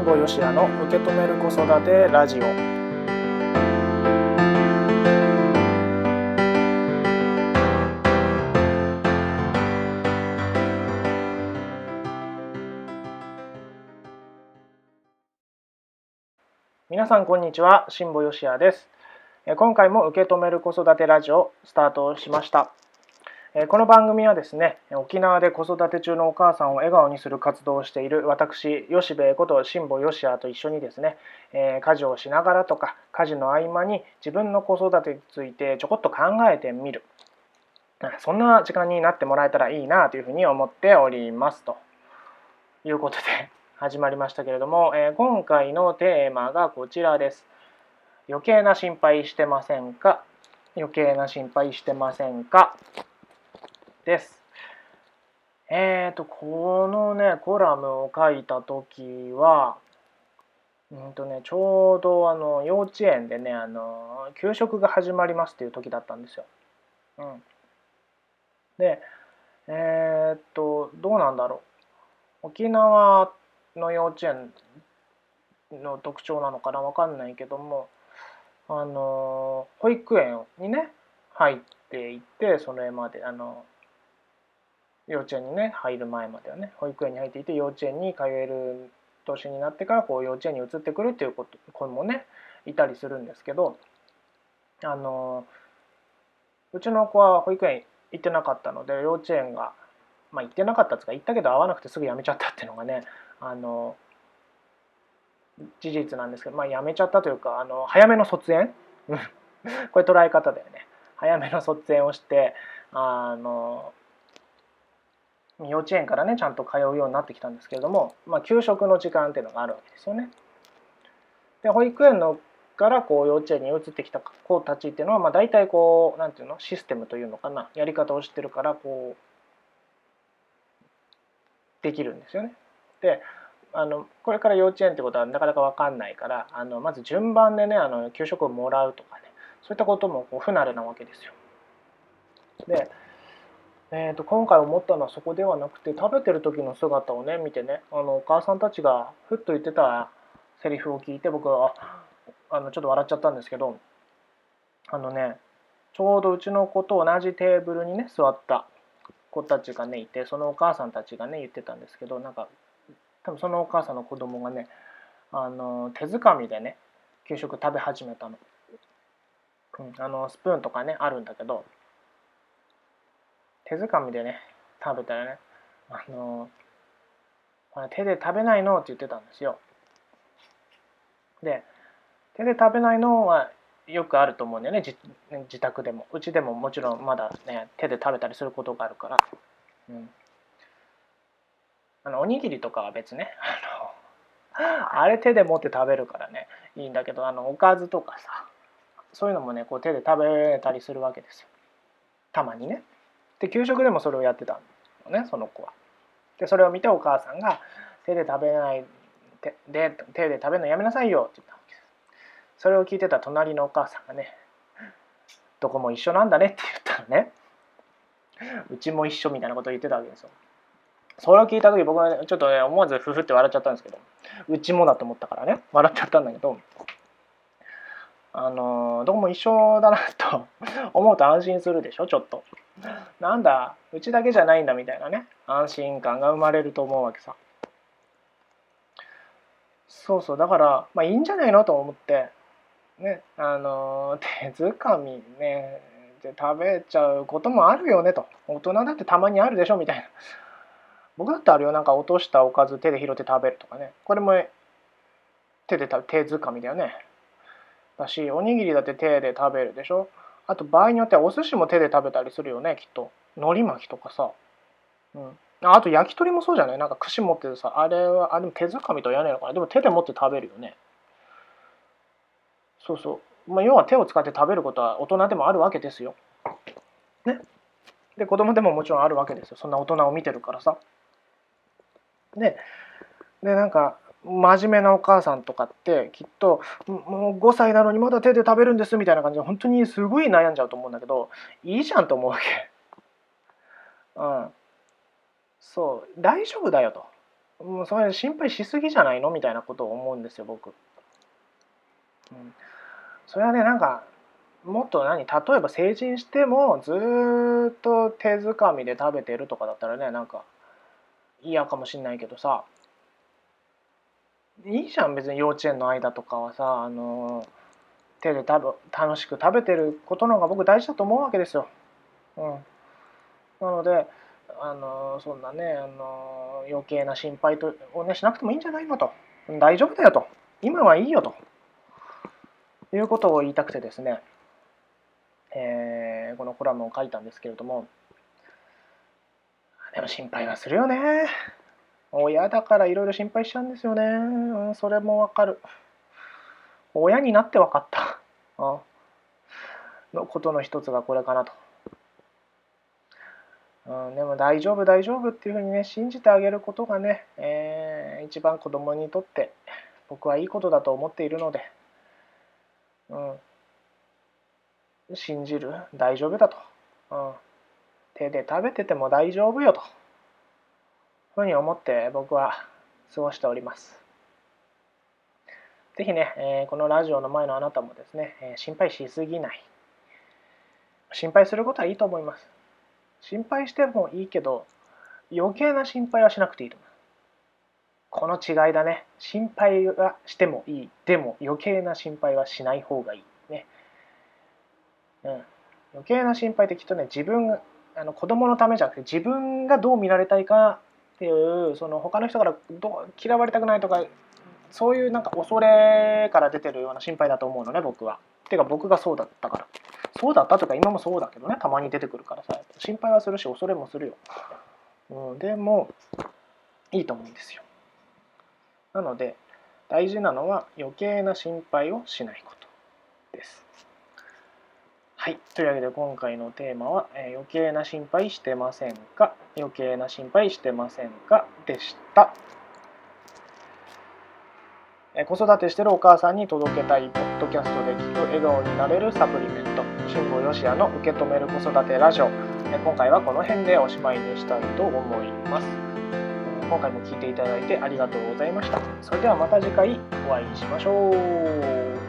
保よしやの受け止める子育てラジオ。皆さんこんにちは、新保よしやです。今回も受け止める子育てラジオスタートしました。この番組はですね、沖縄で子育て中のお母さんを笑顔にする活動をしている私、吉兵衛こと新保よしやと一緒にですね、家事をしながらとか家事の合間に自分の子育てについてちょこっと考えてみる、そんな時間になってもらえたらいいなというふうに思っておりますということで始まりましたけれども、今回のテーマがこちらです。余計な心配してませんか？余計な心配してませんか？です。このねコラムを書いた時はちょうど幼稚園でね給食が始まりますっていう時だったんですよ。でどうなんだろう、沖縄の幼稚園の特徴なのかな、わかんないけども保育園にね入っていって、それまで幼稚園にね入る前まではね保育園に入っていて、幼稚園に通える年になってから幼稚園に移ってくるっていう子もねいたりするんですけど、うちの子は保育園行ってなかったので、幼稚園が行ってなかったっていうか、行ったけど合わなくてすぐ辞めちゃったっていうのがね事実なんですけど、辞めちゃったというか早めの卒園これ捉え方だよね。早めの卒園をして幼稚園からねちゃんと通うようになってきたんですけれども、給食の時間っていうのがあるわけですよね。で保育園のから幼稚園に移ってきた子たちっていうのは、大体なんていうの、システムというのかな、やり方を知ってるからできるんですよね。でこれから幼稚園ってことはなかなか分かんないから、まず順番でね給食をもらうとかね、そういったことも不慣れなわけですよ。で今回思ったのはそこではなくて、食べてる時の姿をね見てね、お母さんたちがふっと言ってたセリフを聞いて、僕はちょっと笑っちゃったんですけど、ちょうどうちの子と同じテーブルにね座った子たちがねいて、そのお母さんたちがね言ってたんですけど、多分そのお母さんの子供がね手づかみでね給食食べ始めたの。スプーンとかねあるんだけど、手づかみでね食べたらねこれ手で食べないのって言ってたんですよ。で手で食べないのはよくあると思うんだよね、自宅でも。うちでももちろんまだね手で食べたりすることがあるから、おにぎりとかは別ねあれ手で持って食べるからねいいんだけど、おかずとかさ、そういうのもね手で食べたりするわけですよ、たまにね。で給食でもそれをやってたのね、その子は。でそれを見てお母さんが手で食べない手で食べるのやめなさいよって言ったわけです。それを聞いてた隣のお母さんがね、どこも一緒なんだねって言ったらね、うちも一緒みたいなことを言ってたわけですよ。それを聞いた時僕は、ね、ちょっとね思わずフフって笑っちゃったんですけど、うちもだと思ったからね笑っちゃったんだけど、どこも一緒だなと思うと安心するでしょ。ちょっとなんだうちだけじゃないんだみたいなね、安心感が生まれると思うわけさ。そうそう、だからいいんじゃないのと思ってね、手づかみねで食べちゃうこともあるよねと、大人だってたまにあるでしょみたいな。僕だってあるよ、落としたおかず手で拾って食べるとかね、これも手づかみだよね。だしおにぎりだって手で食べるでしょ。あと場合によってはお寿司も手で食べたりするよね、きっと。海苔巻きとかさ、あと焼き鳥もそうじゃない、串持ってるさ、あれはでも手づかみとは言わないのかな、でも手で持って食べるよね。そうそう、要は手を使って食べることは大人でもあるわけですよ。ね。で子供でももちろんあるわけですよ、そんな大人を見てるからさ。で真面目なお母さんとかってきっともう5歳なのにまだ手で食べるんですみたいな感じで本当にすごい悩んじゃうと思うんだけど、いいじゃんと思うわけ。そう大丈夫だよと。 もうそれ心配しすぎじゃないのみたいなことを思うんですよ僕。それはねなんかもっと例えば成人してもずっと手づかみで食べてるとかだったらねなんか嫌かもしんないけどさ、いいじゃん別に幼稚園の間とかはさ手で楽しく食べてることの方が僕大事だと思うわけですよ。なのでそんなね余計な心配をねしなくてもいいんじゃないのと、大丈夫だよと、今はいいよということを言いたくてですね、このコラムを書いたんですけれども、でも心配はするよね。親だからいろいろ心配しちゃうんですよね。それもわかる。親になって分かった。のことの一つがこれかなと。でも大丈夫大丈夫っていうふうにね信じてあげることがね、一番子供にとって僕はいいことだと思っているので、信じる、大丈夫だと、手で食べてても大丈夫よとふうに思って僕は過ごしております。ぜひね、このラジオの前のあなたもですね、心配しすぎない。心配することはいいと思います。心配してもいいけど余計な心配はしなくていいと思う。この違いだね。心配はしてもいい。でも余計な心配はしない方がいい。ね。余計な心配ってきっとね、自分子供のためじゃなくて自分がどう見られたいかっていうその他の人から嫌われたくないとかそういうなんか恐れから出てるような心配だと思うのね僕は。てか僕がそうだったから。そうだったとか今もそうだけどね、たまに出てくるからさ心配はするし恐れもするよ。でもいいと思うんですよ。なので大事なのは余計な心配をしないことです。はい、というわけで今回のテーマは、余計な心配してませんか、余計な心配してませんかでした。子育てしてるお母さんに届けたいポッドキャストで聞く笑顔になれるサプリメント、辛坊よしやの受け止める子育てラジオ、今回はこの辺でおしまいにしたいと思います。今回も聞いていただいてありがとうございました。それではまた次回お会いしましょう。